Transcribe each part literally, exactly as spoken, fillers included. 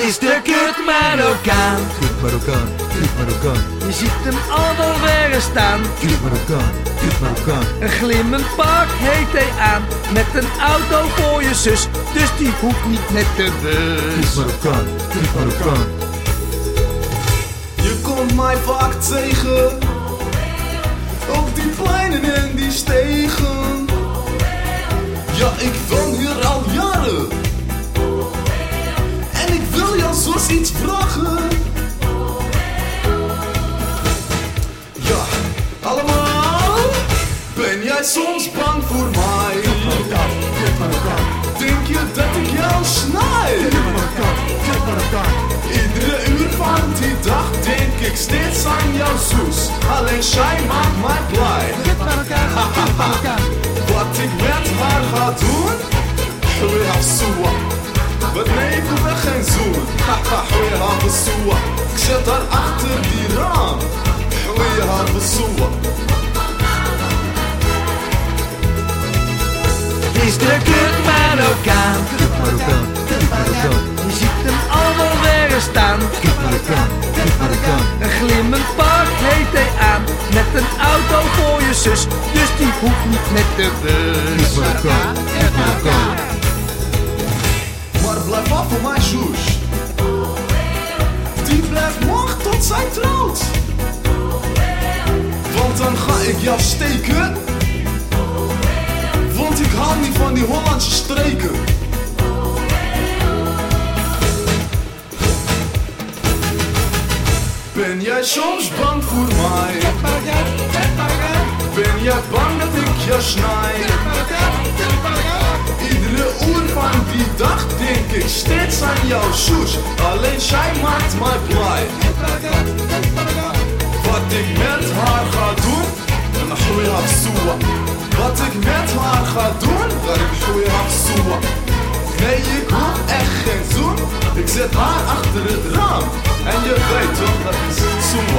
is de kut Marokkaan. Kut Marokkaan, kut Marokkaan. Je ziet hem al wel verre staan. Kut Marokkaan, kut Marokkaan. Een glimmend pak heeft hij aan. Met een auto voor je zus. Dus die hoeft niet met de bus. Kut Marokkaan, kut Marokkaan. Je komt mij vaak tegen. Op die pleinen en die stegen. Ja, ik woon hier al jaren. En ik wil jou zoals iets vragen. Ja, allemaal. Ben jij soms bang voor mij? Denk je dat ik jou snijd? Iedere uur van die dag denk ik steeds aan jouw zus. Alleen zij maakt mij blij. Wat ik met haar ga doen? Goeie afzoa. Wat nee, ik hoef echt geen zoen. Goeie afzoa. Ik zet haar achter die raam. Goeie afzoa. Het is de kut Marokkaan. Kut Marokkaan, kut Marokkaan. Je ziet hem al wel verre staan. Kut Marokkaan, kut Marokkaan. Een glimmend pak heeft hij aan. Met een auto voor je zus. Dus die hoeft niet met de bus. Kut Marokkaan, kut Marokkaan. Maar blijf af van mijn zus. Die blijft wachten tot zij trouwt. Want dan ga ik jou steken. Want ik hou niet van die Hollandse streken. Ben jij soms bang voor mij? Ben jij bang dat ik jou snijd? Iedere uur van die dag denk ik steeds aan jouw zus. Alleen zij maakt mij blij. Wat ik met haar ga doen? Een goeie hafsoa. Wat ik met haar ga doen? Dat ik een goeie hafsoa. Nee, ik hoef echt geen zoen. Ik zet haar achter het raam. En je weet toch, dat is soa.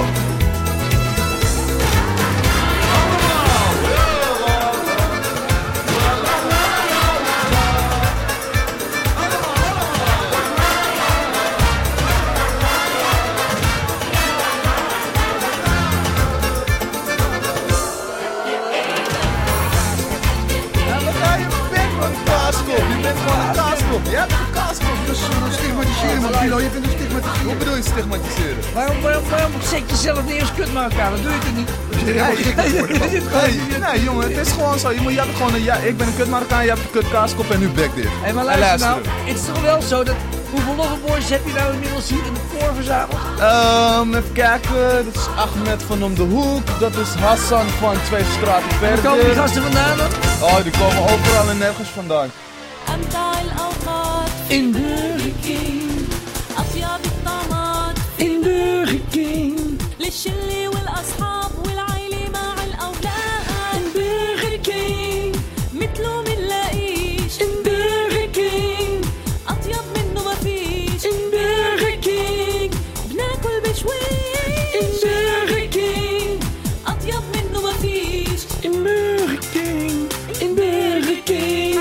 Je hebt een kaaskop, dus uh, stigmatiseren man, Kilo, je bent een stigmatiseren. Hoe bedoel je stigmatiseren? Waarom, waarom, waarom zet je zelf neer als kut Marokkaan? Dat doe je toch niet? Nee, nee jongen, het is gewoon zo. Je, moet, je hebt gewoon een, ja, ik ben een kut Marokkaan, je hebt een kut kaaskop en nu bek dit. Hey, maar luister nou, het is toch wel zo dat... Hoeveel loverboys heb je nou inmiddels hier in de koor verzameld? Um, even kijken, dat is Ahmed van Om de Hoek, dat is Hassan van Twee Straten Verder. Waar komen die gasten vandaan dan? Oh, die komen overal en nergens vandaan. In Burger King. In Burger King. للشلة والأصحاب والعيلة مع الأولاد. In Burger King. مثله منلاقيش. In Burger King. أطيب منه ما فيش. In Burger King. بناكل بشويش. In Burger King. أطيب منه ما فيش. In Burger King. In Burger King.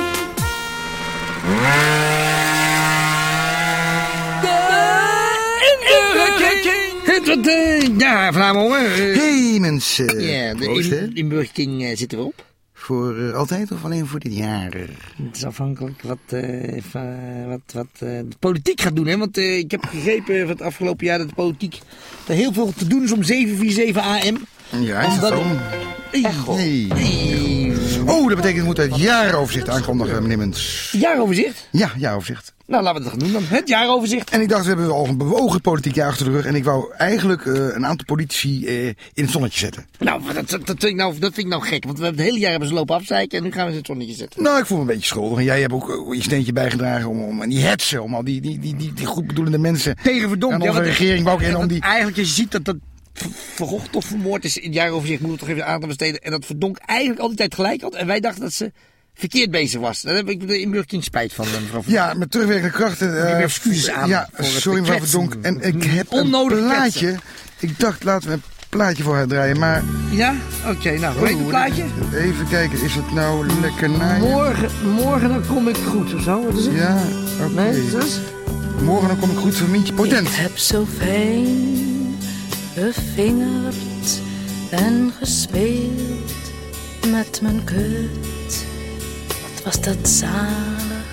Wat, uh, ja, vanavond. Uh, Hey mensen, ja, de, proost, hè? in, in Burger King uh, zitten we op. Voor uh, altijd of alleen voor dit jaar? Het is afhankelijk wat, uh, van, wat, wat uh, de politiek gaat doen. Hè? Want uh, ik heb begrepen van het afgelopen jaar dat de politiek er heel veel te doen is om zeven vier zeven A M. Ja, is dat Omdat- zo? Echt? Nee. Hey. Oh, dat betekent, ik moet het jaaroverzicht aankondigen, meneer Muntz. Jaaroverzicht? Ja, jaaroverzicht. Nou, laten we het gaan doen dan. Het jaaroverzicht. En ik dacht, we hebben al een bewogen politiek jaar achter de rug. En ik wou eigenlijk uh, een aantal politici uh, in het zonnetje zetten. Nou dat, dat, dat, vind ik nou, dat vind ik nou gek. Want we hebben het hele jaar hebben ze lopen afzeiken en nu gaan we ze in het zonnetje zetten. Nou, ik voel me een beetje schuldig. En jij hebt ook uh, je steentje bijgedragen om, om die hetsen, om al die, die, die, die, die goedbedoelende mensen Tegen verdomd. aan onze regering wou ik in om die... Eigenlijk, als je ziet dat dat vergocht of vermoord is in het jaaroverzicht, moet het toch even aandacht aan besteden. En dat Verdonk eigenlijk al die tijd gelijk had. En wij dachten dat ze verkeerd bezig was. Daar heb ik in Burger King spijt van, mevrouw Verdonk. Ja, met terugwerkende krachten. Uh, Ik heb excuses aan Ja, voor het sorry mevrouw kwetsen. Verdonk. En ik heb Onnodig een plaatje. kwetsen. Ik dacht, laten we een plaatje voor haar draaien. Maar Ja? Oké, okay, nou, hoe heet het plaatje? even kijken, is het nou lekker naar? Morgen, morgen dan kom ik goed, of zo? Wat is het? Ja, oké. Nee, zus? Morgen dan kom ik goed voor Mientje Potent. Ik heb zo fijn gevingerd en gespeeld met mijn kut. Wat was dat zalig,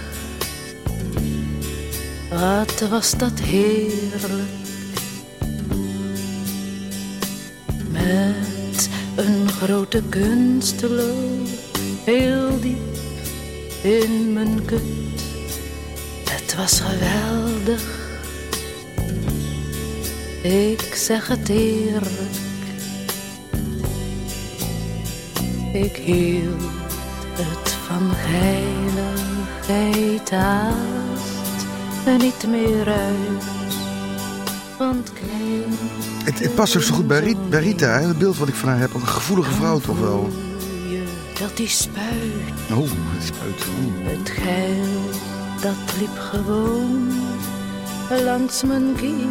wat was dat heerlijk. Met een grote kunstloop heel diep in mijn kut. Het was geweldig, ik zeg het eerlijk. Ik hield het van heiligheid haast en niet meer uit. Want klein... Het, het past ook zo goed bij, Rit, bij Rita, hè? Het beeld wat ik van haar heb. Een gevoelige vrouw toch wel. Dat die spuit. Oh, het spuit. Oeh. Het geil, dat liep gewoon langs mijn kiezen.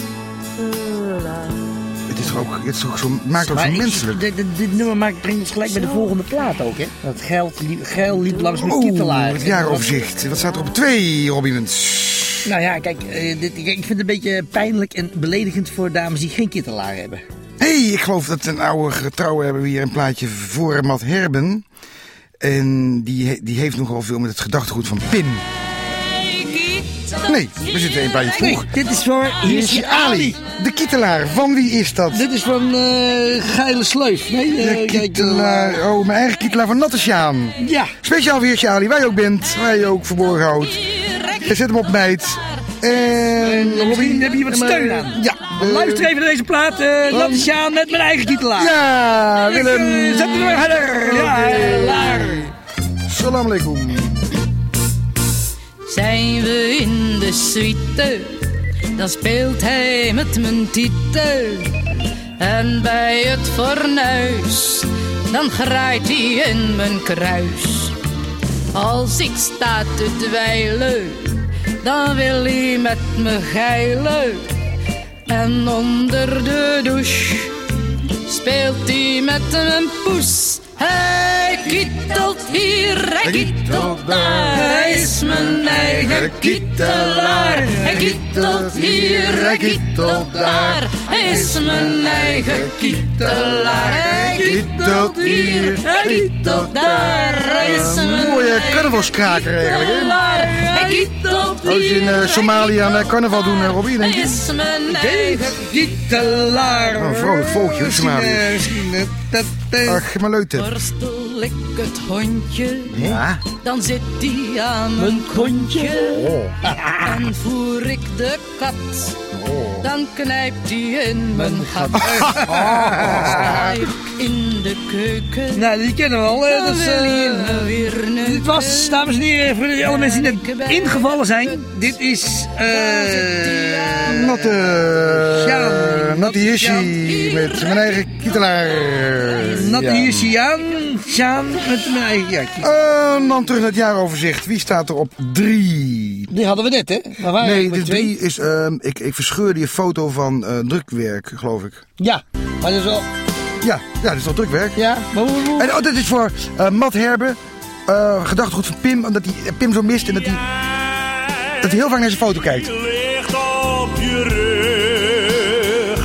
Het is toch ook, het is toch zo, maakt ook Maar zo ik- menselijk. dit, dit, dit nummer maakt, brengt ons gelijk bij de volgende plaat ook, hè? Dat geld, liep- geil liep langs mijn kietelaar. Oh, het jaaroverzicht. Wat staat er op twee, Robinens? Nou ja, kijk, eh, dit, ik ik vind het een beetje pijnlijk en beledigend voor dames die geen kietelaar hebben. Hé, hey, ik geloof dat een oude getrouwe hebben we hier een plaatje voor Matt Herben. En die, he- die heeft nogal veel met het gedachtegoed van Pim. Nee, we zitten een plaatje Nee, vroeg. dit is voor Hirsi Ali. De kietelaar, van wie is dat? Dit is van eh Geile Sleuf. Nee, De eh, kijk, kietelaar, oh, mijn eigen kietelaar van Natte Sjaan. Ja. Speciaal voor Hirsi Ali, waar je ook bent, waar je ook verborgen houdt. Je zet hem op meid. En Misschien heb je hier wat steun aan. Ja. Uh, Luister even naar deze plaat. Uh, dat is Sjaan met mijn eigen kietelaar. Ja, Willem. Uh, zet hem er harder. Ja, laar. Salam alaikum. Zijn we in de suite, dan speelt hij met mijn tieten. En bij het fornuis, dan graait hij in mijn kruis. Als ik sta te dweilen, dan wil hij met me geilen. En onder de douche speelt hij met mijn poes. Hij kietelt hier, hij kietelt daar. Hij is mijn eigen kietelaar. Hij kietelt hier, hij kietelt daar. Hij is mijn eigen kietelaar. Hij kietelt hier, hij kietelt daar. Hij is mijn Mooie carnavalskraker eigenlijk, hè? kietelaar. Hij kietelt Als je in hier, uh, Somalië aan uh, carnaval doen, uh, Robbie, denk hij je? is mijn eigen Kietelaar. Oh, een vrolijk volkje, hoor, Misschien, Somalië. eh, misschien, eh, dat, eh, Ach, maar leuk dit. Borstel ik het hondje, Ja. dan zit hij aan mijn kontje. En voer ik de kat, dan knijpt hij in mijn gat. Sta ik in de keuken, Nou, die kennen we al. hè. dan Dat is, wil hij eh, me weer neuken. dit was, dames en heren, voor de- alle mensen die net ingevallen zijn. Dit is... eh Natte... Sjaan. Natte Hirsi met mijn eigen kietelaar. Nat Ja. hier Sjaan. Sjaan met mijn eigen... Ja, kiet- En dan terug naar het jaaroverzicht. Wie staat er op drie? die hadden we net, hè? Maar waar Nee, met de drie is... ehm, ik, ik verscheurde je foto van eh, drukwerk, geloof ik. Ja, maar dat is wel... Ja, ja, dat is toch drukwerk? Ja, maar hoe... hoe- En oh, dat is voor uh, Matt Herben. Uh, gedachtegoed van Pim. Omdat hij Pim zo mist en dat hij, dat hij heel vaak naar zijn foto kijkt. Je ligt op je rug.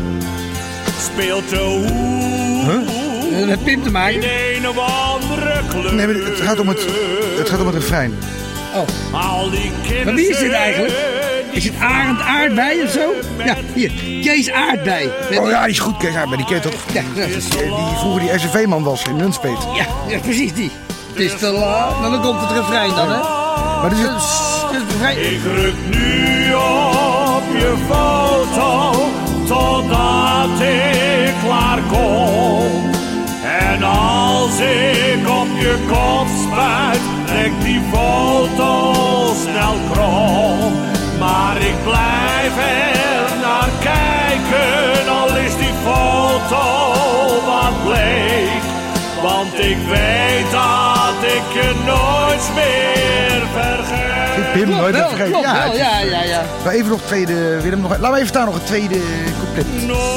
Speelt de hoed Eh, Met Pim te in maken. een of andere kleur. Nee, maar het gaat om het, het, gaat om het refrein. Oh, Al die maar wie is dit eigenlijk? Is het Arend Aardbei of zo? Ja, hier. Kees Aardbei. Met- Oh ja, die is goed, Kees Aardbei. Die kent toch... Ja, ja, Die vroeger die S C V-man was in Nunspeet. ja, ja, precies die. Het is te laat. Nou, dan komt het refrein dan, hè? Maar dit is het... Het is het refrein. Ik druk nu op je foto totdat ik klaar kom. En als ik op je kop spuit, trekt die foto snel krom. Maar ik blijf er naar kijken, al is die foto wat bleek. Want ik weet dat ik je nooit meer vergeet. Pim, Klopt nooit wel, vergeten. klopt Ja, wel. het- Ja, ja, ja. Maar even nog tweede... Willem, nog, laten we even staan nog een tweede couplet.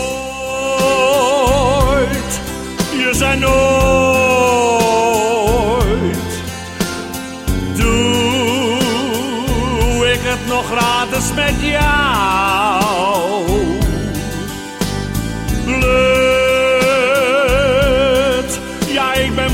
Nooit, je zei nooit. Doe ik het nog gratis alles met jou. Blut, ja ik ben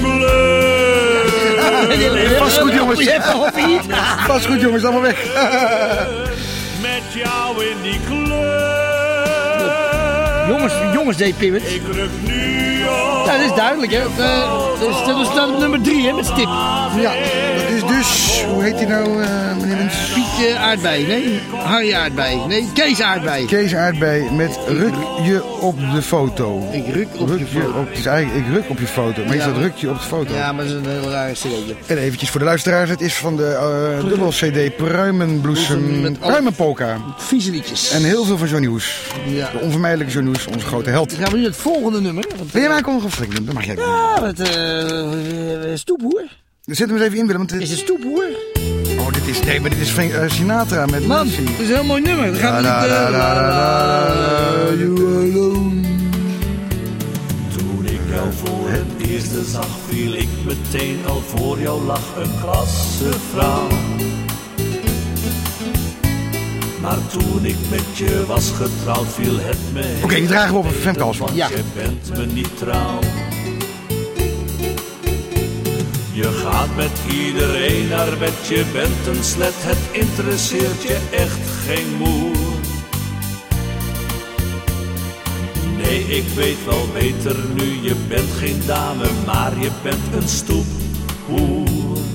blut. Vast goed jongens. Vast goed jongens, allemaal weg. Met jou in die club. Jongens, jongens deed Pim het. Ik ruk nu op. Ja, dat is duidelijk hè. Uh, dus, dat is dan nummer drie hè, met stip. Ja, dat is dus, hoe heet hij nou, uh, meneer Wens? Piet uh, Aardbei, nee. Harry Aardbei, nee. Kees Aardbei. Kees Aardbei met ruk je op de foto. Ik ruk op ruk je foto. Op, het is eigenlijk, ik ruk op je foto, maar is Ja, dat ruk je op de foto? Ja, maar dat is een hele rare cd. En eventjes voor de luisteraars, het is van de uh, dubbel cd Pruimenbloesem, Met alle- Pruimenpolka. Vieze liedjes. En heel veel van Johnny Hoes. Ja. De onvermijdelijke Johnny Hoes, onze grote held. Dan gaan we nu het volgende nummer. Want, Ben jij mij aankondigen of ik? Dat mag jij doen. Ja, met uh, stoephoer. Dus zet hem eens even in, Willem. Want dit, Is het stoephoer? oh, dit is, nee, maar dit is Frank, uh, Sinatra met Man, Nancy. het is een heel mooi nummer. Dan gaan we La, niet... la, Uh, la, la, la, la, you alone. Toen ik jou voor het eerste zag, viel ik meteen al voor jou lag een klasse vrouw. Maar toen ik met je was getrouwd, viel het me heen. Oké, die dragen we op een femkals van. Ja. Je bent me niet trouw. Je gaat met iedereen naar bed, je bent een slet, het interesseert je echt geen moer. Nee, ik weet wel beter nu, je bent geen dame, maar je bent een stoephoer.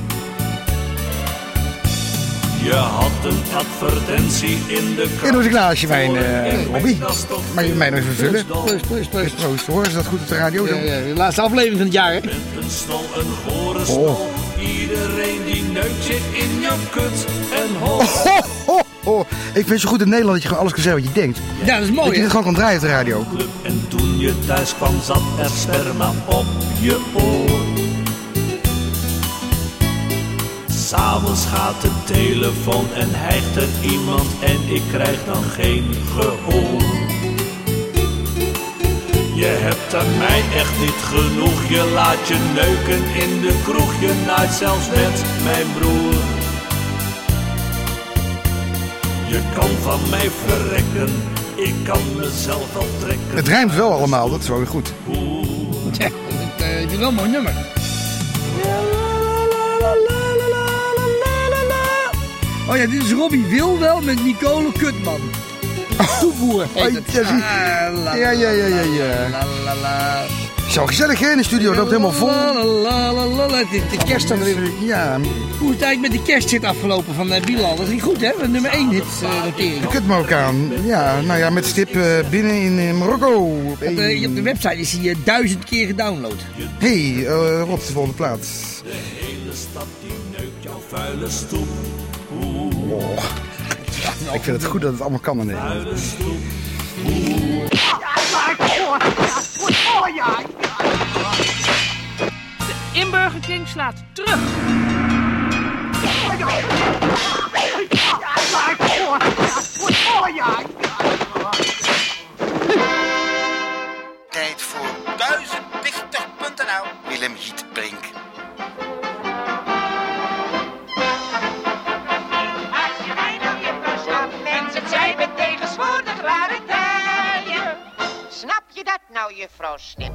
Je had een advertentie in de krant. En doe eens een glaasje wijn, uh, Robbie. Dat is toch Mag je mij nog even vullen? Proost, proost, proost. Proost, horen ze dat goed op de radio? Ja, ja, de laatste aflevering van het jaar, hè? Je bent een stol, een gore stol. Iedereen die neukt je in jouw kut en hol. Ho, ho, ho. Ik vind het zo goed in Nederland dat je gewoon alles kan zeggen wat je denkt. Ja, dat is Dat mooi, je hè? het gewoon kan draaien op de radio. En toen je thuis kwam zat er sperma op je oor. S'avonds gaat de telefoon en hijgt er iemand en ik krijg dan geen gehoor. Je hebt aan mij echt niet genoeg, je laat je neuken in de kroeg, je naait zelfs met mijn broer. Je kan van mij verrekken, ik kan mezelf wel trekken. Het rijmt wel allemaal, dat is wel weer goed. Ja, dat is, uh, het is wel een mooi nummer. Oh ja, dit is Robbie Wilwel met Nicole Kutman. Toevoer heet het. Ja, zie- Ah, la, Ja, ja, ja, ja, ja. la, la, la. Zo gezellig hè, in de studio, loopt helemaal vol. La, la, la, la, la, la. De, de kerst dan even. Ja, Hoe is het eigenlijk met de kerstzit afgelopen van uh, Bilal? Dat ging goed, hè? Met nummer één hit uh, notering. de kutmarokkaan. Ja, nou ja, met stip uh, binnen in uh, Marokko. Op Want, uh, op de website is hij uh, duizend keer gedownload. Hey, uh, Rob, de volgende plaats. De hele stad die neukt jouw vuile stoep. Oh. Ik vind het goed dat het allemaal kan in Nederland. Vuile stoep. De inburgerking slaat terug. Tijd voor duizend dichter punt n l. Willem Gietbrink. Als je mij nou je snapt, mensen, het zijn met tegenwoordig rare tijden. Snap je dat nou, juffrouw Snip?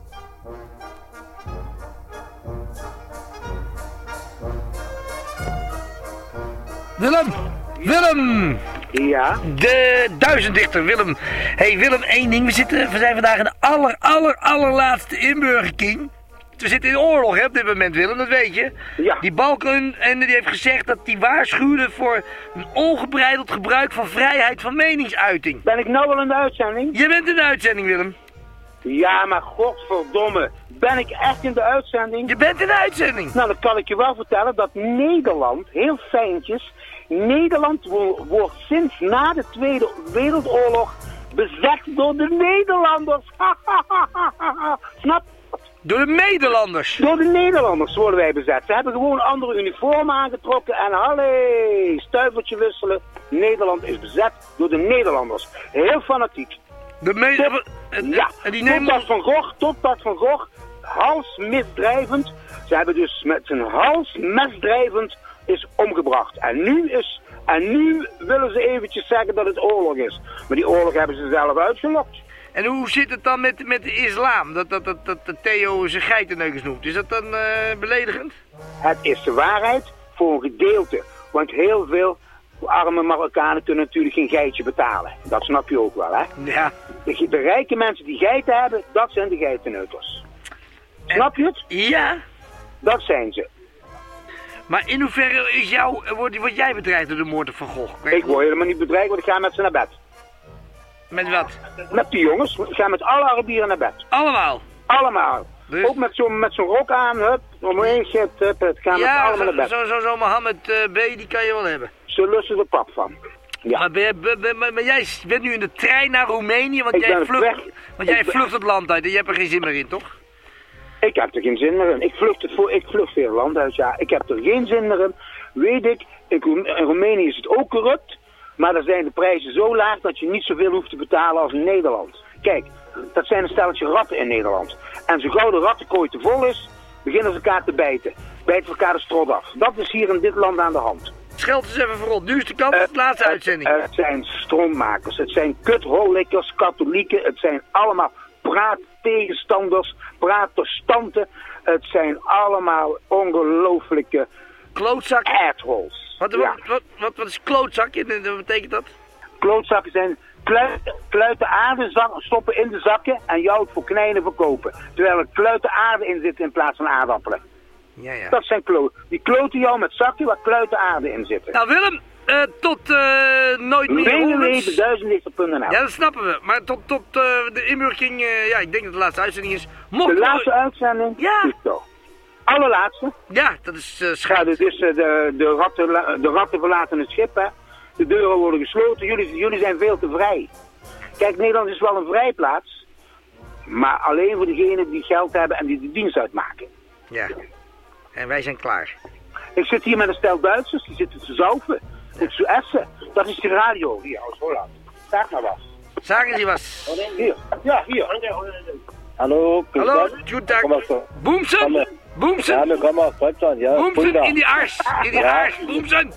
Willem! Willem! Ja, De duizenddichter, Willem. Hey Willem, één ding. We, zitten, we zijn vandaag in de aller, aller, allerlaatste inburgerking. We zitten in oorlog hè, op dit moment, Willem, dat weet je. Ja. Die Balken en die heeft gezegd dat hij waarschuwde voor een ongebreideld gebruik van vrijheid van meningsuiting. ben ik nou wel in de uitzending? Je bent in de uitzending, Willem. Ja, maar godverdomme, ben ik echt in de uitzending? Je bent in de uitzending. Nou, dan kan ik je wel vertellen dat Nederland, heel fijntjes, Nederland wo- wordt sinds na de Tweede Wereldoorlog bezet door de Nederlanders. Snap? Door de Nederlanders. Door de Nederlanders worden wij bezet. Ze hebben gewoon andere uniformen aangetrokken en halle, stuivertje wisselen. Nederland is bezet door de Nederlanders. Heel fanatiek. De me- en, Ja, en die nemen totdat Van Gogh, totdat Van Gogh hals misdrijvend. Ze hebben dus met zijn hals misdrijvend is omgebracht. En nu, is, en nu willen ze eventjes zeggen dat het oorlog is. Maar die oorlog hebben ze zelf uitgelokt. En hoe zit het dan met, met de islam? Dat, dat, dat, dat Theo zijn geitenneukers noemt. Is dat dan uh, beledigend? Het is de waarheid voor een gedeelte. Want heel veel arme Marokkanen kunnen natuurlijk geen geitje betalen. Dat snap je ook wel, hè? Ja. De, de rijke mensen die geiten hebben, dat zijn de geitenneukers. Snap je het? Ja. Dat zijn ze. Maar in hoeverre is jou, word, word jij bedreigd door de moord op Van Gogh? Kijk, ik word helemaal niet bedreigd, want ik ga met ze naar bed. Met wat? Met die jongens. Ik ga met alle Arabieren naar bed. Allemaal? Allemaal. Dus? Ook met zo'n met zo'n rok aan, hup, omheen zit, hup, het gaan ja, met allemaal naar bed. Zo, zo, zo Mohammed uh, B, die kan je wel hebben. Zo lusten de pap van. Ja. Maar, ben je, ben, ben, maar jij bent nu in de trein naar Roemenië, want ik jij, vlucht, weg. want jij ik vlucht ben... het land uit en je hebt er geen zin meer in, toch? Ik heb er geen zin meer in. Ik vlucht, het voor, ik vlucht weer het land uit, ja. Ik heb er geen zin meer in. Weet ik, in, in Roemenië is het ook corrupt, maar daar zijn de prijzen zo laag dat je niet zoveel hoeft te betalen als in Nederland. Kijk, dat zijn een stelletje ratten in Nederland. En zo gauw de rattenkooi te vol is, beginnen ze elkaar te bijten. Bijten elkaar de strot af. Dat is hier in dit land aan de hand. Scheld eens even voorop. Nu is de kans, uh, de laatste uh, uitzending. Uh, het zijn stroommakers, het zijn kuthollikkers, katholieken, het zijn allemaal praattegenstanders, praatterstanten. Het zijn allemaal ongelooflijke klootzakken. Assholes. Wat, ja. wat, wat, wat, wat is klootzakje? Wat betekent dat? Klootzakken zijn kluiten, kluiten aarde stoppen in de zakken en jou het voor knijnen verkopen. Terwijl er kluiten aarde in zitten in plaats van aardappelen. Ja, ja. Dat zijn kloten. Die kloten jou met zakken waar kluiten aarde in zitten. Nou Willem, uh, tot uh, nooit meer w w w punt duizend punt n l. Ja, dat snappen we. Maar tot, tot uh, de inburgering, uh, ja, ik denk dat de laatste uitzending is. Mocht de laatste we... uitzending? Ja. Is zo. Allerlaatste? Ja, dat is uh, schijt. Ja, dit is uh, de, de, ratten, de ratten verlaten het schip, hè. De deuren worden gesloten, jullie, jullie zijn veel te vrij. Kijk, Nederland is wel een vrijplaats, maar alleen voor degenen die geld hebben en die de dienst uitmaken. Ja, en wij zijn klaar. Ik zit hier met een stel Duitsers, die zitten te zaufen, ja. Te essen. Dat is de radio hier uit Holland. Zeg maar wat. Sagen Sie was. Hier, ja, hier. Hallo, hallo, guten Tag. Boomsen, Boomsen. Ja, komm auf Deutschland, ja. Boomsen in die Arsch, in die ja. Arsch, Boomsen.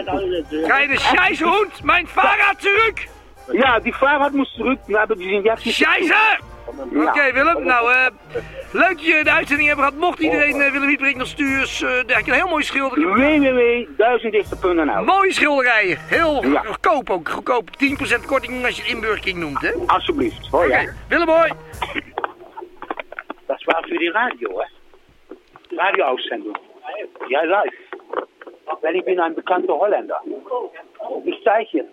Keine Scheiße, Hund, mein Fahrrad zurück. Ja, die Fahrrad moest terug, maar hebben die injectie... Scheiße! Ja. Oké, okay, Willem, nou, uh, leuk dat je de uitzending hebt gehad. Mocht iedereen uh, Willem Wieprink nog sturen, uh, heb je een heel mooi schilderij. w w w punt duizend dichter punt n l. Mooie schilderijen, heel ja. goedkoop ook, goedkoop. tien procent korting als je het inburgering noemt, hè? Alsjeblieft, hoi. Oké, okay. Willem, hoi. Dat is waar voor die radio, hè? Radio-uitzending. Ja, live. Wel, ik ben een bekende Hollander. Ik zeig je.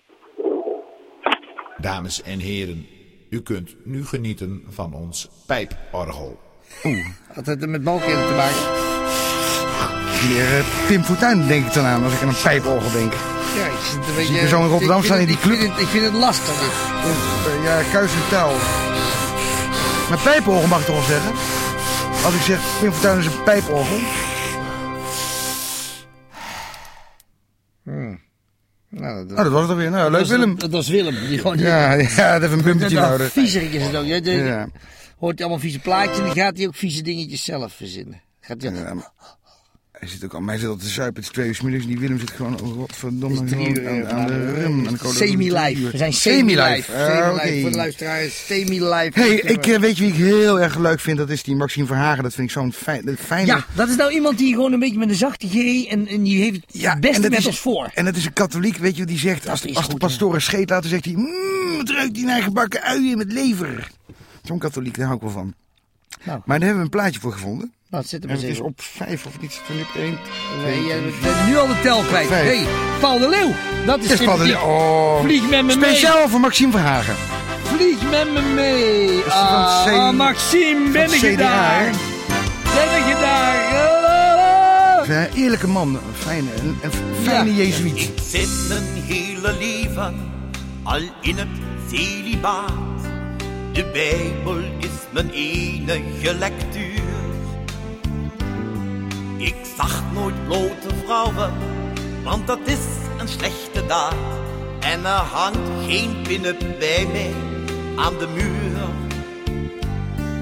Dames en heren, u kunt nu genieten van ons pijporgel. Oeh, had het met balkeren te maken? Meer uh, Pim Fortuyn denk ik dan aan als ik aan een pijporgel denk. Ja, ik zit een beetje... Zie je zo in Rotterdam staan in die club? Ik vind het, ik vind het lastig. Uh, ja, kuis en touw. Maar pijporgel mag ik toch wel zeggen? Als ik zeg Pim Fortuyn is een pijporgel. Hmm. Nou, dat, oh, dat was het alweer. Nou, leuk was, Willem. Dat was Willem. Die gewoon, ja, ja, dat even een bumpertje houden. Viezerik is het ook. Ja, de, ja. Hoort hij allemaal vieze plaatjes en dan gaat hij ook vieze dingetjes zelf verzinnen. Gaat hij... Ja, maar hij zit ook al, mij zit al te zuipen. Het is twee uur 's middags. Die Willem zit gewoon, oh godverdomme, gewoon aan, aan de rum. Semi-live. We zijn semi-live. Uh, semi-live okay. voor de luisteraars. Semi-live. Hey, ik uh, weet je wie ik heel erg leuk vind? Dat is die Maxime Verhagen. Dat vind ik zo'n fijn, fijne... Ja, dat is nou iemand die gewoon een beetje met een zachte G en, en die heeft ja, het beste met ons voor. En dat is een katholiek, weet je, die zegt, als, als goed, de pastoren scheet laten, zegt hij, mmm, het ruikt die naar gebakken uien met lever. Zo'n katholiek, daar hou ik wel van. Nou. Maar daar hebben we een plaatje voor gevonden. Nou, het zit er maar en het is op vijf of niet, zit er nu op één. Nee, we zijn nu al de tel kwijt. Hé, hey, Paul de Leeuw. Dat is, is Paul de Leeuw. Oh. Vlieg met me Speciaal mee. Speciaal voor Maxime Verhagen. Vlieg met me mee. Ah, C... ah, Maxime, ben ik daar? Ben ik daar? Een eerlijke man, een fijne, een, een fijne ja. Jezuïet. Ik zit mijn hele leven al in het celibaat. De Bijbel is mijn enige lectuur. Ik zag nooit blote vrouwen, want dat is een slechte daad. En er hangt geen pinnen bij mij aan de muur.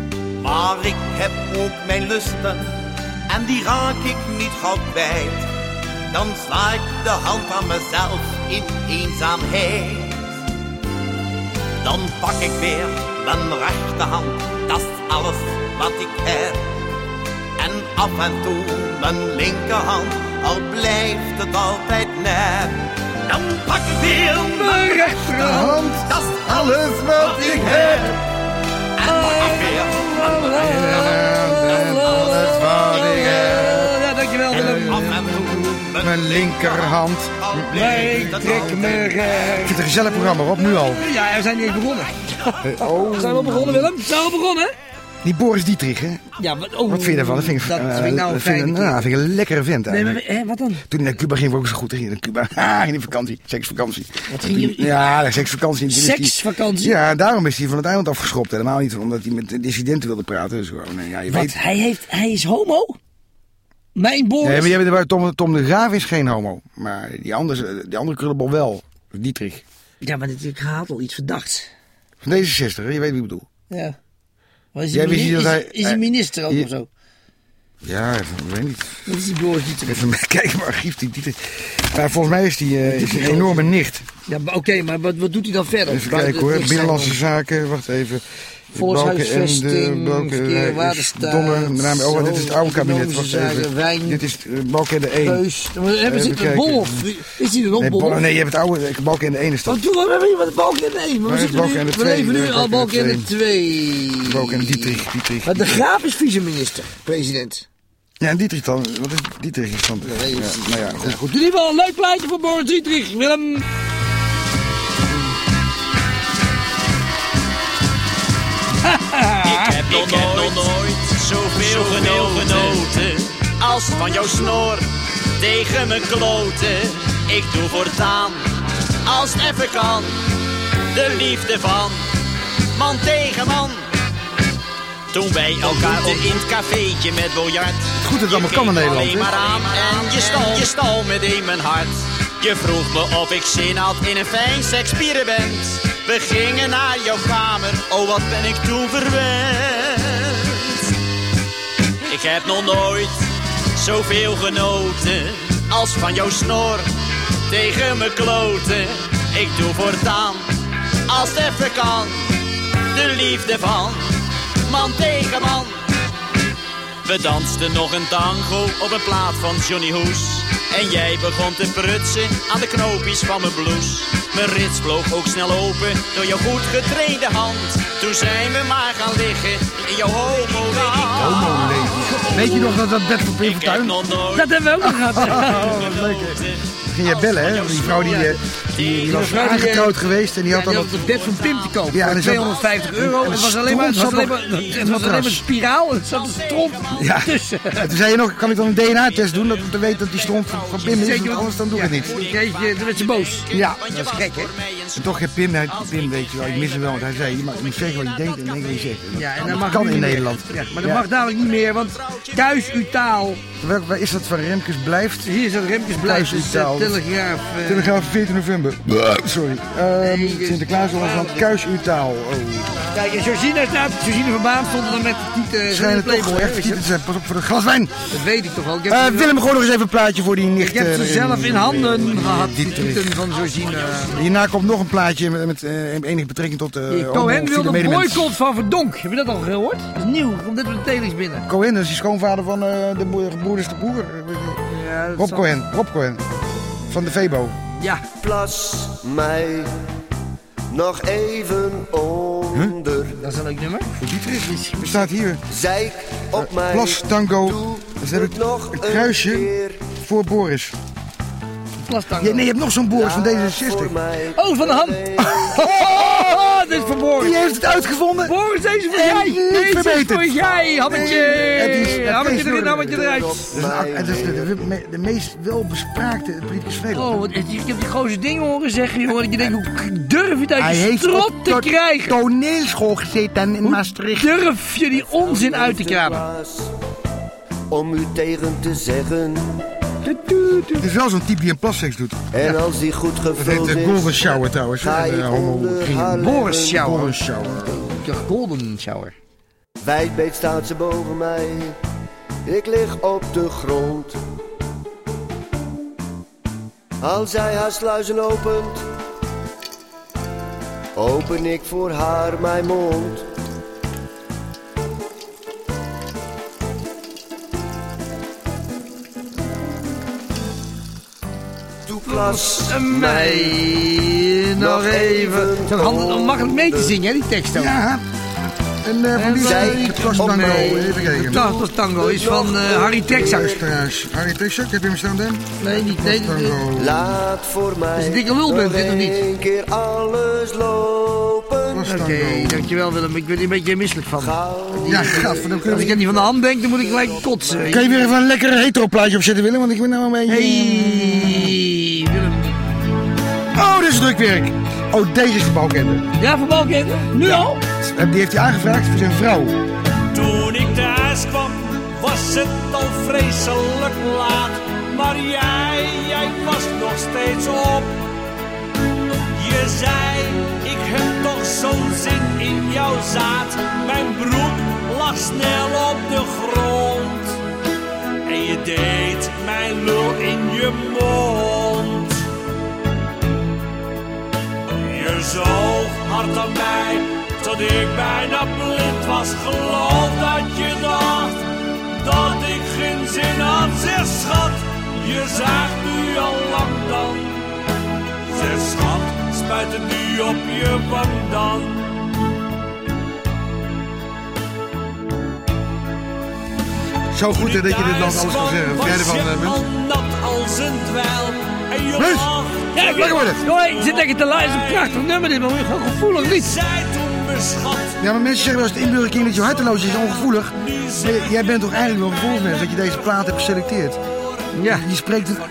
Maar ik heb ook mijn lusten en die raak ik niet gauw kwijt. Dan sla ik de hand aan mezelf in eenzaamheid. Dan pak ik weer mijn rechterhand, dat is alles wat ik heb. En af en toe mijn linkerhand, al blijft het altijd net. Dan pak ik weer mijn rechterhand, dat is alles wat ik heb. En dan pak ik weer mijn rechterhand, alles wat ik heb. Ja, dankjewel Willem. af en toe Mijn linkerhand. Nee, ik trek me recht. Ik vind het een gezellig programma, Rob, nu al. Ja, we zijn niet eens begonnen. Oh. Zijn we al begonnen, Willem? Zijn we al begonnen? Die Boris Dietrich, hè? Ja, wat, oh, Wat vind je daarvan? Dat vind ik, dat uh, vind ik nou een vind, fijne nou, vind ik een lekkere vent Nee, maar eigenlijk. hè, wat dan? Toen hij naar Cuba ging, was ook zo goed. Hij ging naar Cuba. Ah, in de vakantie. Seksvakantie. Wat ging je... Ja, seksvakantie. Seksvakantie? Ja, daarom is hij van het eiland afgeschopt. Helemaal niet omdat hij met dissidenten wilde praten. Dus gewoon, ja, je Wat? weet... Hij, heeft, hij is homo? Mijn Boris? Nee, maar jij weet, Tom, Tom de Graaf is geen homo. Maar die andere, die andere krullenbol wel. Dietrich. Ja, maar dit haalt al iets verdachts. Van D zesenzestig, je weet wie ik bedoel. Ja. Maar is Jij hij wist mini- niet dat is, hij- is hij minister ook hij- of zo? Ja, even, ik weet niet. Wat is die Boris Dietrich? Even kijken maar archief die Dietrich. Maar volgens mij is die uh, is een enorme nicht. Ja, oké, okay, maar wat, wat doet hij dan verder? Even kijken hoor. Binnenlandse zaken, wacht even. Volkshuisvesting, verkeer, waterstaat, Donner, met name, oh, dit is het oude kabinet. Wacht zaken, even. wijn, dit is uh, Balkenende één. Keus. Hebben ze een Bolhof? Is hij er nog nee, Bolhof? nee, je hebt het oude Balkenende één is dat. Wat doen we? We hebben wat Balkenende één. Maar we, zitten nu, we leven nu al Balkenende twee. Balkenende Dietrich, Dietrich. Maar de Graaf is vice-minister, president. Ja, en Dietrich dan. Wat is Dietrich is dan? Ja, nou ja, goed. Goed, in ieder geval een leuk plaatje voor Boris Dietrich. Willem. Ik heb nog nooit, nooit zoveel genoten als van jouw snor tegen mijn kloten. Ik doe voortaan, als het even kan, de liefde van man tegen man. Toen wij elkaar ontmoetten in het cafeetje met biljart. Goed dat het allemaal kan in Nederland. Alleen maar aan en je stal, je stal meteen mijn hart. Je vroeg me of ik zin had in een fijn seksexperiment. We gingen naar jouw kamer, oh wat ben ik toen verwend. Ik heb nog nooit zoveel genoten als van jouw snor tegen mijn kloten. Ik doe voortaan, als het even kan, de liefde van man tegen man. We dansten nog een tango op een plaat van Johnny Hoes. En jij begon te prutsen aan de knoopjes van mijn blouse. Mijn rits vloog ook snel open door jouw goed getrainde hand. Toen zijn we maar gaan liggen in jouw homo-leven. Weet je nog dat dat bed van Pim Fortuyn? Dat hebben we ook nog gehad. Oh, wat leuk. Ging jij bellen, hè? Die vrouw die, die, die, die was aangetrouwd geweest en die had dan op het bed van Pim te kopen. Ja, voor tweehonderdvijftig euro. Het was alleen maar, het was alleen maar, het was alleen maar een spiraal. Het zat een stront ja. tussen. En toen zei je nog, kan ik dan een D N A-test doen? Dat om te weten dat die stront van, van Pim is, want anders dan doe ik het niet. Toen werd ze boos. Ja, dat is gek, hè? En toch heeft Pim, hij, Pim weet je wel, ik mis hem wel, want hij zei, je mag, je moet zeggen wat je denkt en denken wat je zegt. En dat, ja, en dat dat mag kan in meer. Nederland. Ja, maar dat ja. mag dadelijk niet meer, want thuis uw taal. Welk, waar is dat van Remkes Blijft? Hier is dat Remkes Blijft, thuis dus uw taal. uh, Telegraaf. Uh... Telegraaf veertien november. Sorry. Um, nee, Sinterklaas van Kuis uw taal. Oh. Kijk, en Georgina staat, Georgina van Baan stond er dan met de titel. Schijnen toch wel echt titel te zijn. Pas op voor het glas wijn. Dat weet ik toch wel. Uh, Willem, gewoon nog eens even een plaatje voor die nicht. Ik heb ze zelf in handen gehad, die titel van Georgina. Hierna komt nog een plaatje met, met uh, enige betrekking tot... Uh, Cohen wil de boycott van Verdonk. Heb je dat al gehoord? Dat is nieuw, komt net met de telings binnen. Cohen, dat is die schoonvader van uh, de broeders de Boer. Ja, Rob zal... Cohen, Rob Cohen. Van de Febo. Ja. Plas mij nog even onder. Huh? Dat is een leuk nummer. Voor Dietrich. Er staat hier. Zeik op uh, mij. Plas Tango. Dat is het nog een kruisje een voor Boris. Plas Tango. Ja, nee, je hebt nog zo'n Boris van D zesenzestig. Oh, van de hand. Oh, dit is voor Boris. Die heeft het uitgevonden. Boris, deze voor jij. Niet deze is voor jij. Hammetje. Hammetje erin, hammetje eruit. Dat is de, de, de meest welbespraakte politicus van Nederland. Oh, wat, ik heb die gozer dingen horen zeggen, joh. Dat je denkt, hoe durf je het uit je strot te krijgen? Hij heeft op toneelschool gezeten in Maastricht. Hoe durf je die onzin uit te kramen? Om u tegen te zeggen. Het is wel zo'n type die een plasseks doet. En ja. Als die goed gevuld is... Dat heet de golden shower trouwens. Ga de homo Boris shower. Boris shower. De golden shower. Wijdbeet staat ze boven mij, ik lig op de grond. Als zij haar sluizen opent, open ik voor haar mijn mond. Toeplas mij nog even. Zo handig, makkelijk mee te zingen, hè, die tekst ook. Ja. En uh, van wie zei ik? Het was tango. Even kijken. Het tango is van uh, Harry Texak. Harry Texak, heb je hem staan, Dan? Nee, niet. Nee, laat voor mij. Dat is een dikke lulbund, dit of niet? Een keer alles lopen. Oké, okay, dankjewel Willem. Ik ben er een beetje misselijk van. Ja, gaf. Als ik het niet van de hand denk, dan moet ik gelijk kotsen. Kan je weer even een lekkere hetero plaatje opzetten, Willem? Want ik ben nou een beetje... Hey, Willem. Oh, dit is drukwerk. Oh, deze is de Balkender. Ja, van Balkender? Nu al? En die heeft hij aangevraagd voor zijn vrouw. Toen ik thuis kwam, was het al vreselijk laat. Maar jij, jij was nog steeds op. Je zei, ik heb toch zo'n zin in jouw zaad. Mijn broek lag snel op de grond. En je deed mijn lul in je mond. Je zoog hard aan mij, tot ik bijna blind was. Geloof dat je dacht, dat ik geen zin had. Zeg schat, je zaagt nu al lang dan. Zeg schat, spuit het nu op je wang dan. Zo goed hè, dat je dit nog alles kan zeggen. Wat jij ervan uh, bent? Nat als een dweil. En je Leuk! Ja, ik, lekker worden. Joh, ik zit lekker te luisteren. Een prachtig nummer dit, maar gewoon gevoelig lied. Ja, maar mensen zeggen wel eens het inburgerking dat je harteloos is ongevoelig. Maar jij bent toch eigenlijk wel gevoelsmens dat je deze plaat hebt geselecteerd. Ja. Je spreekt een...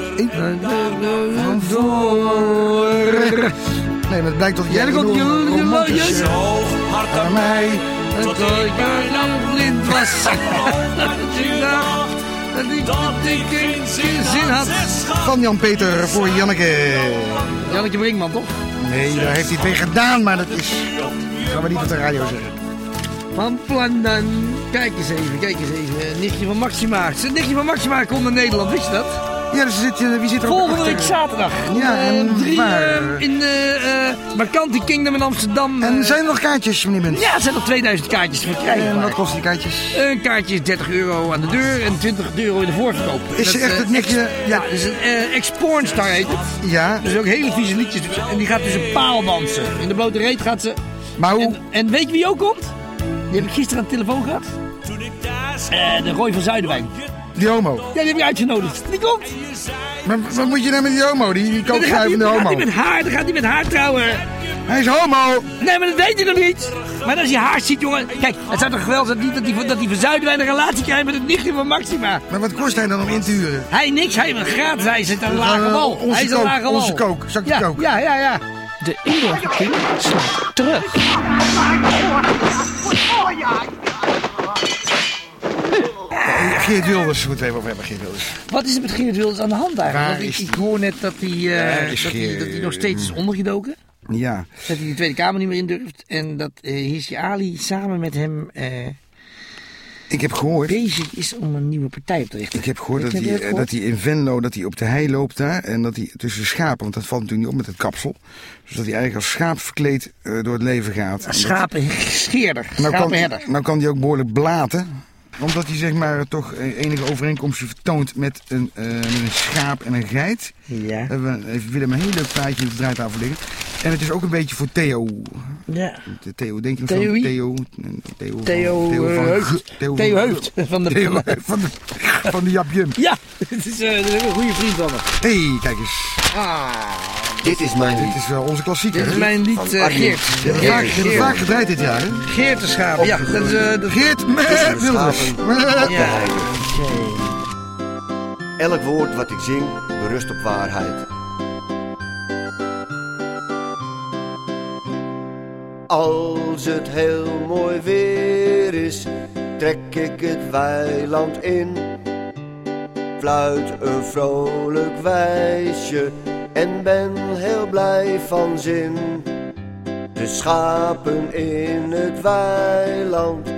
Van voor... Nee, maar het blijkt toch jij ja, komt romantisch zo hard aan mij. Dat ik bijna blind was. Dat ik dacht dat ik geen zin had. Van Jan-Peter voor Janneke. Janneke Brinkman, toch? Nee, daar heeft hij het weer gedaan, maar dat is... gaan we niet op de radio zeggen. Van plan dan. Kijk eens even, kijk eens even. Nichtje van Maxima. Het nichtje van Maxima komt naar Nederland, wist je dat? Ja, dus zit, wie zit er ook volgende achter? week zaterdag. Ja, en uh, drie, waar? Uh, in de uh, Marcanti Kingdom in Amsterdam. En zijn er nog kaartjes, meneer Munt? Ja, er zijn nog tweeduizend kaartjes te verkrijgen. En wat kosten die kaartjes? Een kaartje is dertig euro aan de deur en twintig euro in de voorverkoop. Is dat, echt het nichtje? Ex, ja, het is een uh, ex-pornstar heet het. Ja. Dus ook hele vieze liedjes. En die gaat dus een paal dansen. In de blote reet gaat ze. Maar hoe? En, en weet je wie ook komt? Die heb ik gisteren aan de telefoon gehad. Uh, de Roy van Zuiderwijn. Die homo? Ja, die heb ik uitgenodigd. Die komt. Maar wat moet je nou met die homo? Die, die koopschuivende homo? Dan gaat hij met haar, dan gaat hij met haar trouwen. Hij is homo! Nee, maar dat weet hij nog niet. Maar als je haar ziet, jongen... Kijk, het zou toch geweldig zijn dat die, dat die van Zuiderwijn een relatie krijgt met het nichtje van Maxima. Maar wat kost hij dan om in te huren? Hij niks, hij heeft een gratis. Hij zit aan een lage wal. Uh, hij is een lage wal. Onze kook, zakje ja, kook. Ja, ja, ja. De inburgerking slaat terug. Geert Wilders, moeten we even over hebben, Geert Wilders. Wat is er met Geert Wilders aan de hand eigenlijk? Waar ik, is ik hoor net dat hij, uh, ja, dat, hij, dat hij nog steeds is ondergedoken. Ja. Dat hij de Tweede Kamer niet meer in durft. En dat uh, Hirsi Ali samen met hem... Uh, ik heb gehoord... bezig is om een nieuwe partij op te richten. Ik heb gehoord dat hij, gehoord? dat hij in Venlo, dat hij op de hei loopt daar. En dat hij tussen schapen, want dat valt natuurlijk niet op met het kapsel. Dus dat hij eigenlijk als schaap verkleed uh, door het leven gaat. Schapenscheerder, nou schapenherder. Kan, nou kan hij ook behoorlijk blaten. Omdat hij zeg maar toch enige overeenkomsten vertoont met een, uh, met een schaap en een geit. Ja. We heeft Willem een heel leuk plaatje op de draaitafel liggen. En het is ook een beetje voor Theo. Ja. Theo, denk je nog Theo? van Theo? Theo, Theo, Theo uh, van Heuft. Theo, Theo Heuft. Van de, Theo, van de, van de Jap Jum. Ja, het is, uh, dat is een goede vriend van me. Hé, hey, kijk eens. Ah. Dit is mijn lied. Dit is wel onze klassieker. Dit is mijn lied, uh, Geert. Je hebt vaak, Geert. vaak gedraaid dit jaar, hè? Geert de Schaap, ja. Dat is, uh, de... Geert met Wilders. Ja. Elk woord wat ik zing berust op waarheid. Als het heel mooi weer is, trek ik het weiland in. Fluit een vrolijk wijsje en ben heel blij van zin. De schapen in het weiland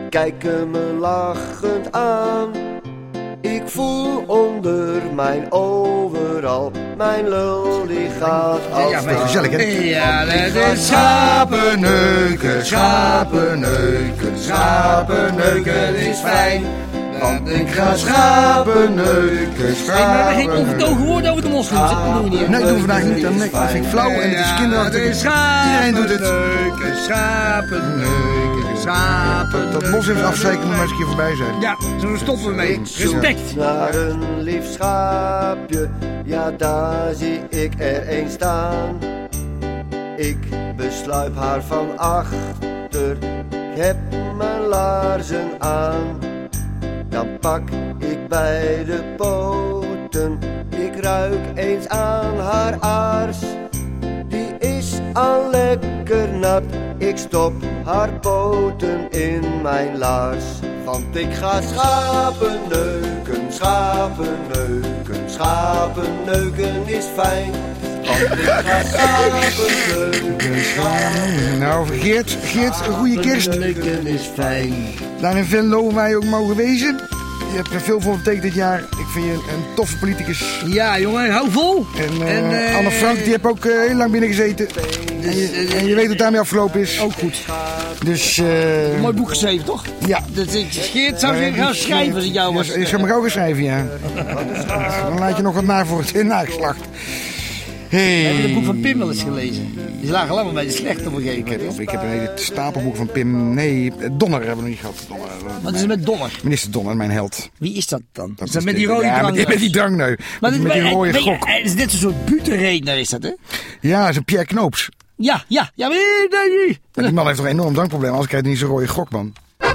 kijken me lachend aan. Ik voel onder mijn overal, mijn lul die gaat als ja, maar gezellig, hè? Ja, dat is Schapenneuken, schapenneuken, schapenneuken is fijn. Want ik ga schapenneuken, We hebben geen onvertogen woorden over de moslims. Dat doen we niet. Nee, ik doe vandaag niet aan nek. Dat vind ik flauw en het is kinderachtig. Iedereen doet het. Schapenneuken, schapenneuken. Dat moslims afzeiken moet maar eens een keer voorbij zijn. Ja, zo stoppen we mee. Respect. Naar een lief schaapje, ja daar zie ik er een staan. Ik besluip haar van achter, ik heb mijn laarzen aan. Dan pak ik bij de poten, ik ruik eens aan haar aars. Die is al lekker nat, ik stop haar poten in mijn laars. Want ik ga schapen neuken, schapen neuken, schapen neuken is fijn. Want ik ga schapen neuken, schapen. Nou, Geert, Geert, een goede kerst. Neuken is fijn. Daar in Venlo wij ook mogen wezen. Je hebt er veel voor betekend dit jaar. Ik vind je een, een toffe politicus. Ja, jongen, hou vol. En, uh, En, uh, Anne Frank, die heb ook uh, heel lang binnen gezeten. En je, en je weet hoe het daarmee afgelopen is. Ook goed. Dus, uh, een mooi boek geschreven, toch? Ja. Dat ik Geert zou je gaan schrijven als ik jou was. Ja, je zou me gauw gaan schrijven, ja. Dan laat je nog wat na voor het nageslacht. Hey. Heb je het boek van Pim wel eens gelezen? Die lagen allemaal bij de slecht op een gegeven moment. Ik heb, ik heb een hele stapelboek van Pim. Nee, Donner hebben we nog niet gehad. Donner. Wat is er met Donner? Minister Donner, mijn held. Wie is dat dan? Dat is dat is met de- die rode ja, drang? met die- met die drangneus. Maar Met dit- die maar- rode weet je, gok. Het is net zo'n soort butenredner is dat, hè? Ja, dat is een Pierre Knoops. Ja, ja, ja. Nee, nee, nee. En die man heeft toch een enorm drankprobleem, anders krijgt hij niet zo'n rode gok, man.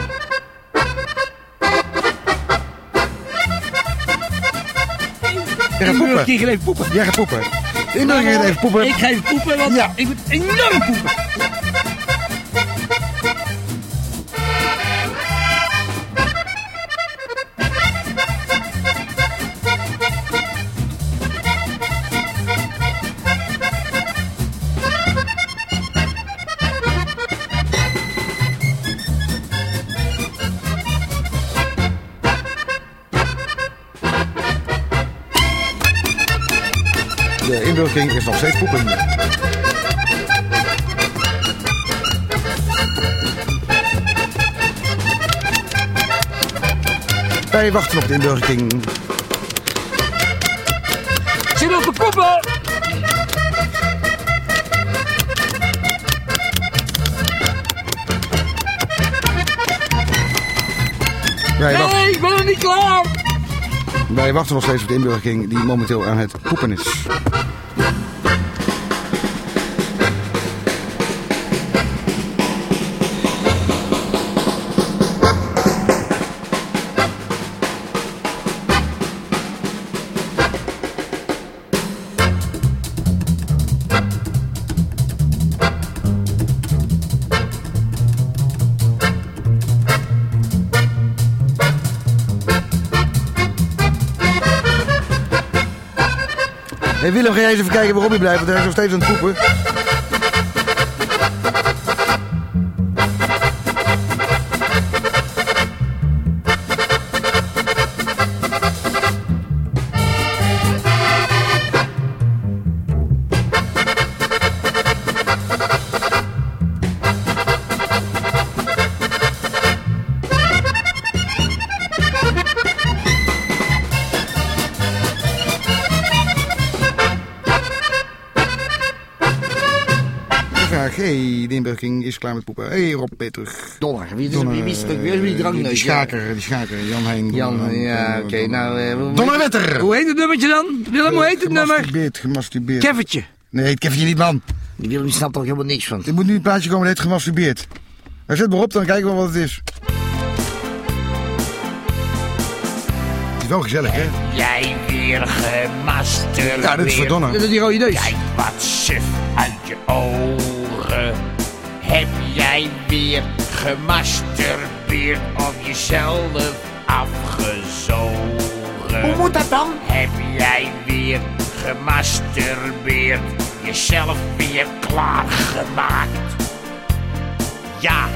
Jij gaat poepen. Ik ga even poepen. Jij gaat poepen. De inburger gaat even poepen. Ik ga even poepen, want Ja. ik moet enorm poepen. De inburgering is nog steeds poepen. Wij wachten op de inburgering. Zit op de poepen! Wij, wacht, Nee, ik ben nog niet klaar! wij wachten nog steeds op de inburgering die momenteel aan het poepen is. Hey Willem, ga jij eens even kijken waar Robbie blijft, want hij is nog steeds aan het poepen. Vraag, hey, de inburgering is klaar met poepen. Hey Rob, ben je terug? Donner, wie is, Donner, wie, wie is het ook weer? Wie is die drangneus? Die schaker, die schaker, Jan Heijn. Jan, ja, oké, okay, nou... Uh, hoe, Donner Wetter! Hoe heet het nummertje dan? Willem, hoe heet het nummer? Gemasturbeerd, gemasturbeerd. Keffertje. Nee, het keffertje niet, man. Die Willem die snapt er ook helemaal niks van. Er moet nu een plaatje komen dat heet gemasturbeerd. Nou, zet maar op, dan kijken we wat het is. Het is wel gezellig, hè? Jij weer gemasturbeerd. Ja, dit is voor Donner. Dat is die rode neus. Kijk wat suf uit je ogen. Heb jij weer gemasturbeerd of jezelf afgezogen? Hoe moet dat dan? Heb jij weer gemasturbeerd, jezelf weer klaargemaakt? Ja,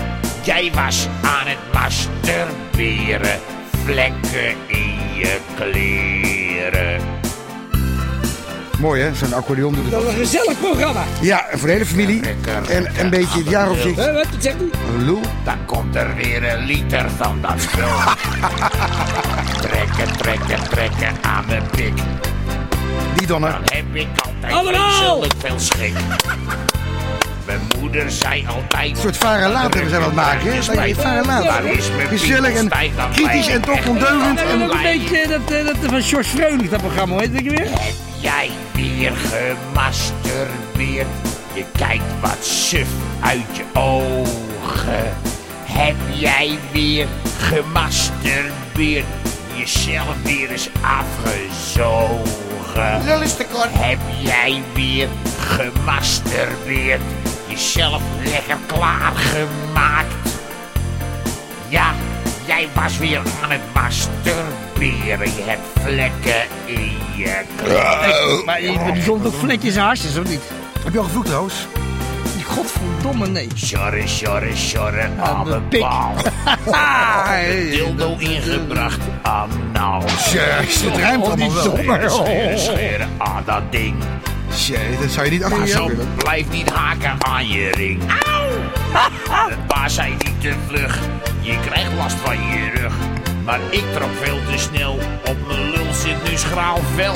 Jij was aan het masturberen, vlekken in je kleren. Mooi hè, zo'n accordeon doet het. Dat was een gezellig programma. Ja, voor de hele familie. En een beetje het jaaroverzicht. Uh, wat zegt u? Lul. Dan komt er weer een liter van dat spul. trekken, trekken, trekken aan mijn pik. Die dan hè? Dan heb ik altijd Allemaal! vreselijk veel schik. Mijn moeder zei altijd... Een soort varen later zijn we aan het maken, hè? Dat je varen later. Gezellig en kritisch en toch ondeugend. En nog een beetje dat, dat, dat van George Freulich, dat programma, hoe heet het weer? Heb jij weer gemasturbeerd? Je kijkt wat suf uit je ogen. Heb jij weer gemasturbeerd? Jezelf weer eens afgezogen. Lul is te kort. Heb jij weer gemasturbeerd? Jezelf lekker klaargemaakt? Ja, jij was weer aan het masturberen. Je hebt vlekken in je kleren. Maar die komt ook vlekjes en harsjes, of niet? Heb je al gevloekt trouwens? Godverdomme, nee. Sjorre, sjorre, sjorre, aan mijn pik. bal. Dildo ingebracht, anaal. Jezus, het ruimt allemaal wel. Scheren, scheren, scheren aan dat ding. Jezus, dat zou je niet achter Maar je zo hebben. blijf niet haken aan je ring. Het baas zei niet te vlug, je krijgt last van je rug. Maar ik trok veel te snel, op mijn lul zit nu schraal vel.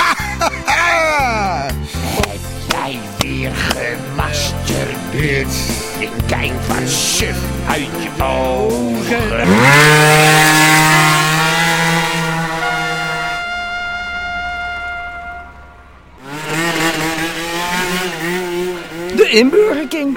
Heb jij weer gemasturbeerd? Je kijkt wat suf uit je ogen. De inburgerking.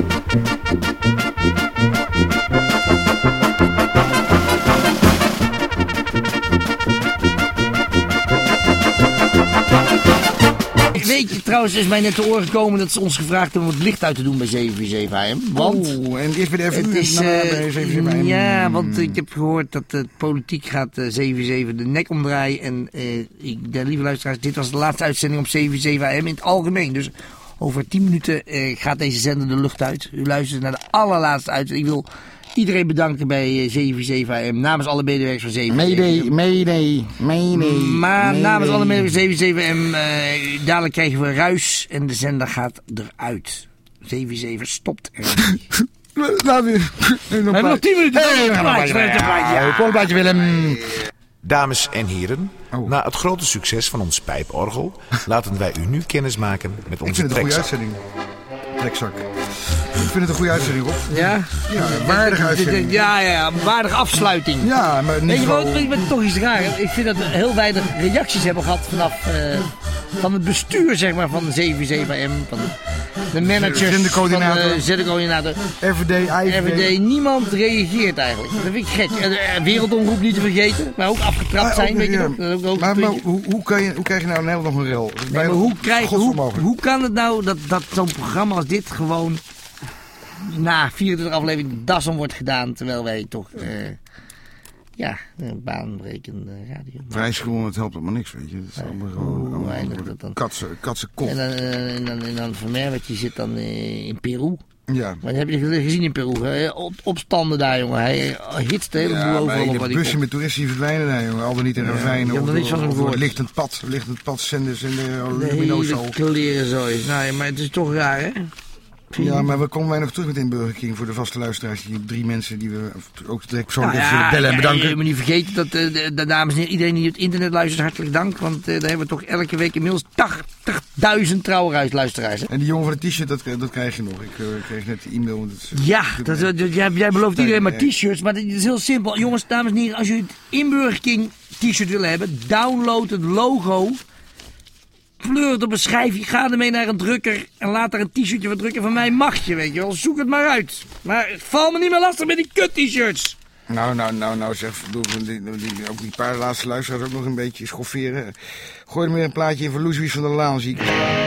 Weet je, trouwens is mij net te oren gekomen dat ze ons gevraagd hebben om het licht uit te doen bij zeven vier zeven A M. Want oh, en eerst bij de F U het is, en daarna uh, bij zeven vier zeven A M. Ja, want uh, ik heb gehoord dat de politiek gaat uh, zeven vier zeven de nek omdraaien. En uh, ik, de lieve luisteraars, dit was de laatste uitzending op zeven vier zeven A M in het algemeen. Dus over tien minuten uh, gaat deze zender de lucht uit. U luistert naar de allerlaatste uitzending. Ik wil iedereen bedanken bij uh, zeven vier zeven A M namens alle medewerkers van zeven vier zeven. Mayday, mayday, mayday. Maar mayday. namens alle medewerkers van zeven vier zeven A M, uh, dadelijk krijgen we ruis en de zender gaat eruit. zeven vier zeven stopt er niet. Laten we... We hebben nog tien minuten. Hey, we gaan nog een plaatje. Ja, een plaatje, Willem. Dames en heren, oh. na het grote succes van ons pijporgel laten wij u nu kennis maken met onze trekzak. Ik vind het een goede uitzending. Trekzak. Ik vind het een goede uitzending, Rob. Ja? Ja, een waardige uitzending. Ja, ja, een waardige afsluiting. Ja, maar niet Weet je zo... wat, ik ben toch iets raar. Ik vind dat we heel weinig reacties hebben gehad vanaf uh, van het bestuur, zeg maar, van de zeven vier zeven A M, van de managers, zendercoördinator, van de zendercoördinator, R V D, I V D. R V D. Niemand reageert eigenlijk. Dat vind ik gek. Wereldomroep niet te vergeten, maar ook afgetrapt zijn, weet je nog. Dat ook, ook maar maar hoe, hoe, kan je, hoe krijg je nou in Nederland nog een rel? Nee, maar hoe, krijg, hoe, hoe kan het nou dat, dat zo'n programma als dit gewoon na vierentwintig afleveringen das om wordt gedaan, terwijl wij toch uh, ja, een baanbrekende radio. Prijsgewonnen, het helpt allemaal niks, weet je. Het is allemaal gewoon hoe eindigt dat dan? Katse, katse kop. En dan, uh, en dan, en dan Vermerwet, zit dan uh, in Peru. Ja. Maar dat heb je gezien in Peru, hè? Op, opstanden daar, jongen. Hij hitst de hele boel ja, overal op. Ja, bussen met toeristen die verdwijnen daar, jongen. Al dan niet in ja, ravijnen. Ik heb nog niets van hem gehoord. Lichtend pad, lichtend pad, zenders en de luminoso. De kleren zo is. Nou ja, maar het is toch raar, hè? Ja, maar we komen wij nog terug met Inburger King voor de vaste luisteraars. Die drie mensen die we ook direct persoonlijk nou ja, even bellen en bedanken. Ja, je moet niet vergeten dat uh, de, de dames en heren, iedereen die op het internet luistert, hartelijk dank. Want uh, daar hebben we toch elke week inmiddels tachtigduizend trouwluisteraars. En die jongen van het t-shirt, dat, dat krijg je nog. Ik uh, kreeg net de e-mail. Dat, ja, dat, dat, dat, jij, jij belooft iedereen maar t-shirts. Maar het is heel simpel. Jongens, dames en heren, als jullie het Inburger King t-shirt willen hebben, download het logo. Kleur het op een schijfje, ga ermee naar een drukker en laat er een t-shirtje van drukken. Van mij mag je, weet je wel. Zoek het maar uit. Maar val me niet meer lastig met die kut t-shirts. Nou, nou, nou, nou, zeg, doe, die, die, ook die paar laatste luisteraars ook nog een beetje schofferen. Gooi er meer een plaatje in voor Louis van der Laan, zie ik.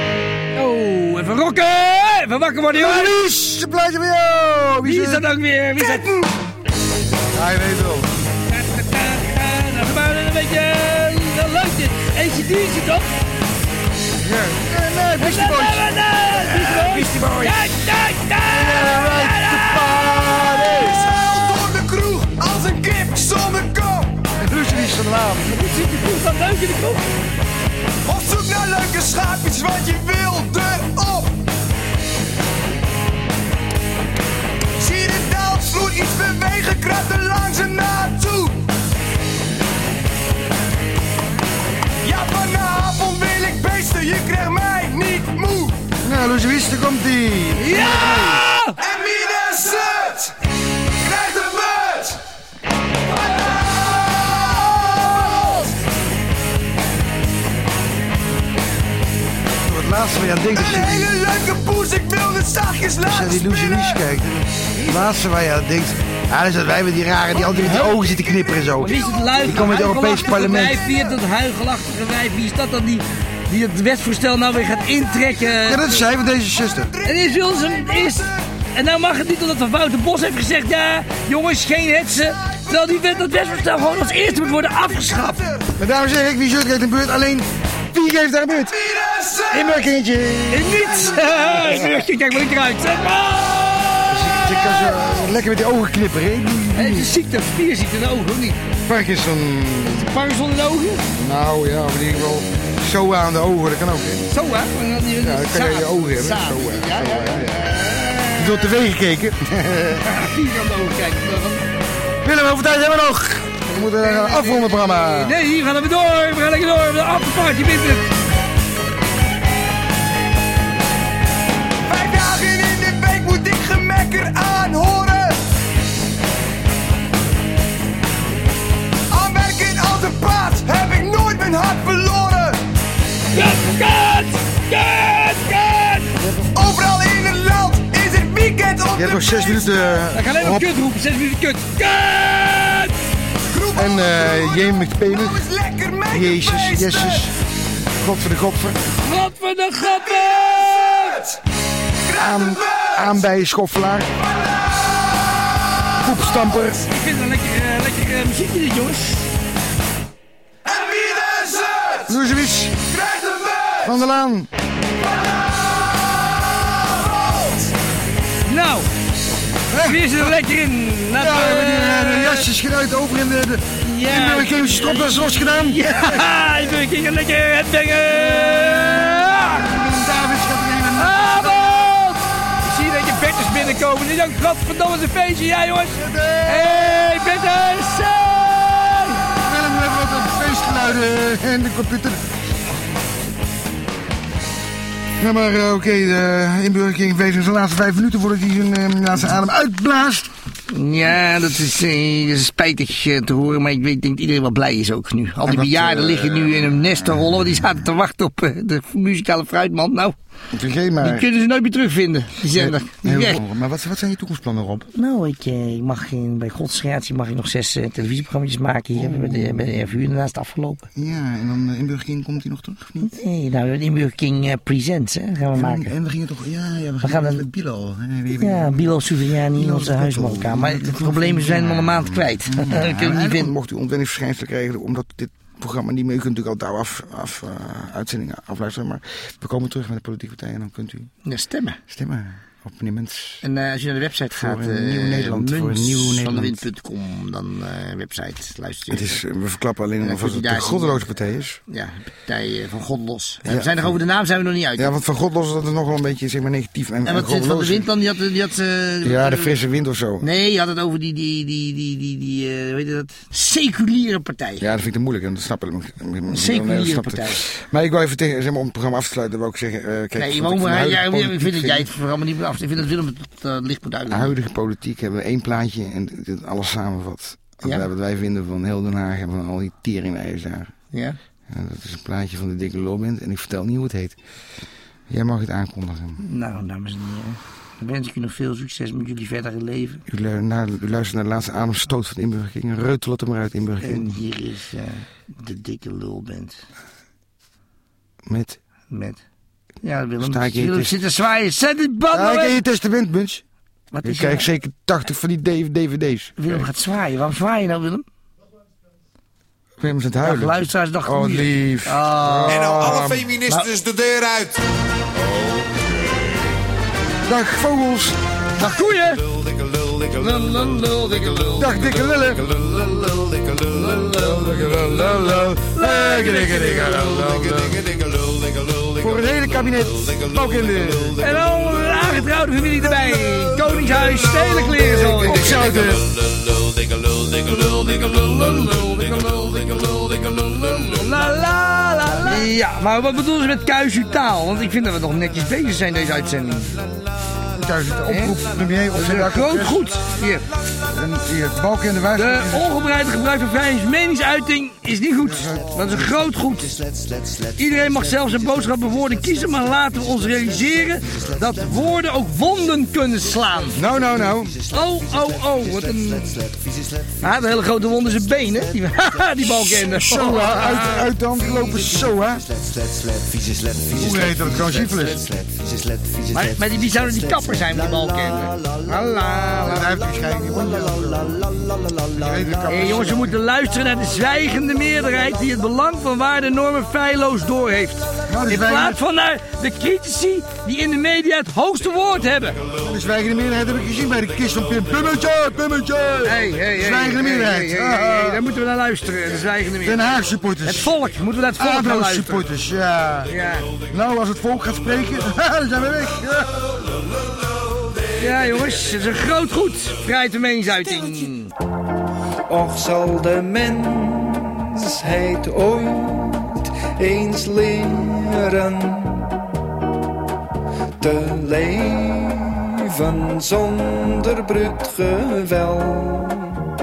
Oh, even rocken! Even wakker worden, jongens! Louis, een plaatje voor jou! Wie, Wie is dat ook weer? Wie is dat? Ja, je weet wel. Nou, gebeurt een beetje leuk dit. A C D is het toch? Ja, nee, nee, Beastie Boys. Beastie Boys. Beastie Boys. Right to party. van de Laan. Dit zit de kroeg dan leuk in de kroeg. Op zoek naar leuke schaapjes, want je wil erop. Zie de dansvloer iets bewegen, kruip er langzaam naartoe. Ja, vanavond wil ik beesten, je krijgt mij niet moe. Nou, Louis, daar komt ie. Ja! En wie is het? Krijgt een beurt! Het laatste waar je aan denkt is... Een hele leuke poes, ik wil het zachtjes laten Als je die Louis Louis kijkt, het laatste waar je aan denkt... Ja, dat is dat wij met die rare die altijd met die ogen zitten knipperen en zo. Wie is het luid? Die komen uit het Europees parlement. Wijf, wie is dat huigelachtige wijf? Wie is dat dan die, die het wetsvoorstel nou weer gaat intrekken? Ja, dat is zij van deze zuster. En is wil ze is. En nou mag het niet omdat Van Wouter Bos heeft gezegd... Ja, jongens, geen hetsen. Terwijl die wet, dat wetsvoorstel gewoon als eerste moet worden afgeschaft. Maar daarom zeg ik, wie zult krijgt een beurt? Alleen, wie geeft daar een beurt? Inmerkingetje. Niets. Inmerking, kijk maar eruit. Je kan zo lekker met die ogen knipperen, hè? Het is een ziekte, spierziekte in de ogen, of niet? Parkinson. Parkinson in de ogen? Nou ja, maar in ieder geval SOA aan de ogen, dat kan ook. Hè? SOA? Ja, dan kan je in je ogen hebben. SOA. Ja, ja, ja. Je hebt op tv gekeken. Vier aan de ogen kijken. Willem, hoeveel tijd hebben we nog? We moeten uh, afronden het programma. Nee, hier gaan we door. We gaan lekker door. De afterparty bent het. Vijf dagen in de week moet ik gemekker aanhoren. Aanwerken als een paard heb ik nooit mijn hart verloren. Kut, kut, kut, kut. Overal in het land is het weekend op. Je hebt nog zes minuten. Uh, ik ga alleen maar kut roepen. Zes minuten kut. Kut! En uh, je moet spelen. Jezus, Jezus. God voor de godver. God voor de godver! Aan, aan bij je schoffelaar. Poepstamper. Ik vind het een lekker, uh, lekker uh, muziekje dit, jongens. En wie is het? Louis van der Laan. Nou, wie is er lekker in? Laat ja, we hebben die uh, jasjes geruid over in de... de ja, inburgering stropdas los gedaan. Ja, inburgering lekker het dengen. Davids gaat er even... Avond! Ik zie dat je Bertus binnenkomen. Dit is ook godverdomme een feestje, ja jongens. Hey, Bertus! Willem, we hebben wat feestgeluiden en de computer. Ja, maar uh, oké, okay, de inburgering bleef in zijn laatste vijf minuten voordat hij zijn uh, laatste adem uitblaast. Ja, dat is, uh, dat is spijtig uh, te horen, maar ik weet, denk dat iedereen wel blij is ook nu. Al die bejaarden uh, liggen nu in hun nest te rollen, want die zaten te wachten op uh, de muzikale fruitman. Nou, maar... die kunnen ze nooit meer terugvinden, die zender. Nee, nee, maar wat, wat zijn je toekomstplannen, Rob? Nou, ik, uh, ik mag in, bij Gods creatie mag ik nog zes uh, televisieprogramma's maken hier oh. bij, de, bij de R V U, daarnaast afgelopen. Ja, en dan uh, Inburger King komt hij nog terug, of niet? Nee, nou, Inburger King uh, Presents, hè, gaan we en, maken. En we gingen toch, ja, ja we, we gaan een... een... met Bilal. Hè, ja, Bilal Souviani, onze huismarokkaan. Maar het probleem is, we zijn hem al een maand kwijt. Ja, ja, ja, niet vinden. Mocht u ontwenningsverschijnselen krijgen, omdat dit programma niet meer, u kunt natuurlijk al daar af, af uh, uitzendingen afluisteren, maar we komen terug met de politieke partijen en dan kunt u ja, stemmen. Stemmen op meneer Mens. En uh, als je naar de website gaat, voor een nieuw Nederland, uh, voor een nieuw Nederland. van de wind punt com, dan uh, website, luister je. Het is, we verklappen alleen nog of het een goddeloze partij is. Ja, de partij van Godlos. Ja, we zijn nog over de naam zijn we nog niet uit. Ja, want van Godlos dat is nog wel een beetje zeg maar negatief. En, en wat zit Van de Wind dan? Die had, die had, uh, ja, de frisse wind of zo. Nee, je had het over die, die, die, die, die, die uh, hoe heet dat? Seculiere partij. Ja, dat vind ik te moeilijk en dat snap ik. Een seculiere partij. Maar ik wou even tegen, zeg maar, om het programma af te sluiten, wou ik zeggen, uh, kijk. Nee, maar, maar ja, ik vind dat jij het programma niet moet af. Ik vind dat Willem het uh, licht moet uitleggen. De huidige politiek hebben we één plaatje en dit alles samenvat. Ja? Wat wij vinden van heel Den Haag en van al die teringwijzers daar. Ja? Ja, dat is een plaatje van de dikke lolband en ik vertel niet hoe het heet. Jij mag het aankondigen. Nou, dames en heren. Dan wens ik u nog veel succes met jullie verdere leven. U, lu naar, u luistert naar de laatste ademstoot van de inburgering. Reutel het er maar uit, inburgering. En hier is uh, de dikke lulband. Met? Met. Ja, Willem. Sta ik in Willem zit te zwaaien. Zet die band ja, ik in je testament, Bunch. Wat ik is krijg er? zeker tachtig van die D V D's. Willem Kijk. gaat zwaaien. Waarom zwaai je nou, Willem? Willem is aan het huilen. Dag, luisteraars, dag. Oh, lief. Oh. En nou alle feministen nou. de deur uit. Dag, vogels. Dag, koeien. Dag dikke lullen. Voor het hele kabinet. Balkende. En al een aangetrouwde familie erbij. Koningshuis, stelen kleren zo. Opzouten. La la la la. Ja, maar wat bedoelen ze met kuisu taal? Want ik vind dat we nog netjes bezig zijn deze uitzending. Kuisu taal, oproep, premier, op zijn groot goed. Hier. En hier, balken in de wijze. De ongebreide gebruik van vrijheid meningsuiting is niet goed. Dat is een groot goed. Iedereen mag zelf zijn boodschappen woorden kiezen, maar laten we ons realiseren dat woorden ook wonden kunnen slaan. Nou, nou, nou. Oh, oh, oh, wat een... Ah, de hele grote wond in zijn benen. Die, die balken. Zo, uit, uit de hand gelopen, zo, hè. Hoe heet dat? Gewoon syphilis. Maar, maar die, wie zouden die kapper zijn met die balken? Halala. Dat heeft waarschijnlijk niet. Hey, jongens, we moeten luisteren naar de zwijgende meerderheid die het belang van waardenormen feilloos doorheeft. Nou, in plaats van naar de critici die in de media het hoogste woord hebben. De zwijgende meerderheid heb ik gezien bij de kist van Pim. Pummetje, Pummetje. Hey, hey, hey, zwijgende hey, meerderheid. Hey, hey, hey, hey, daar moeten we naar luisteren, de zwijgende meerderheid. Den Haag supporters. Het volk, moeten we naar het volk naar luisteren. Supporters, ja. ja. Nou, als het volk gaat spreken, dan zijn we weg. Ja. Ja, jongens, het is een groot goed. Vrijheid van meningsuiting. Och zal de mensheid ooit eens leren te leven zonder bruut geweld?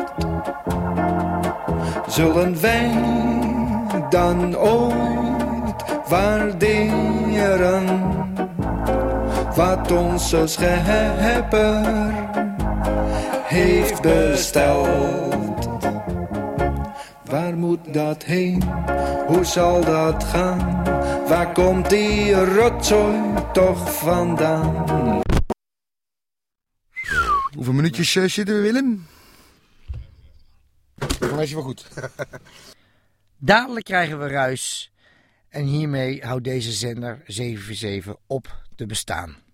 Zullen wij dan ooit waarderen wat onze schepper heeft besteld? Waar moet dat heen? Hoe zal dat gaan? Waar komt die rotzooi toch vandaan? Hoeveel minuutjes uh, zitten we, Willem? Voor mij is het wel goed. Dadelijk krijgen we ruis. En hiermee houdt deze zender zeven voor zeven op te bestaan.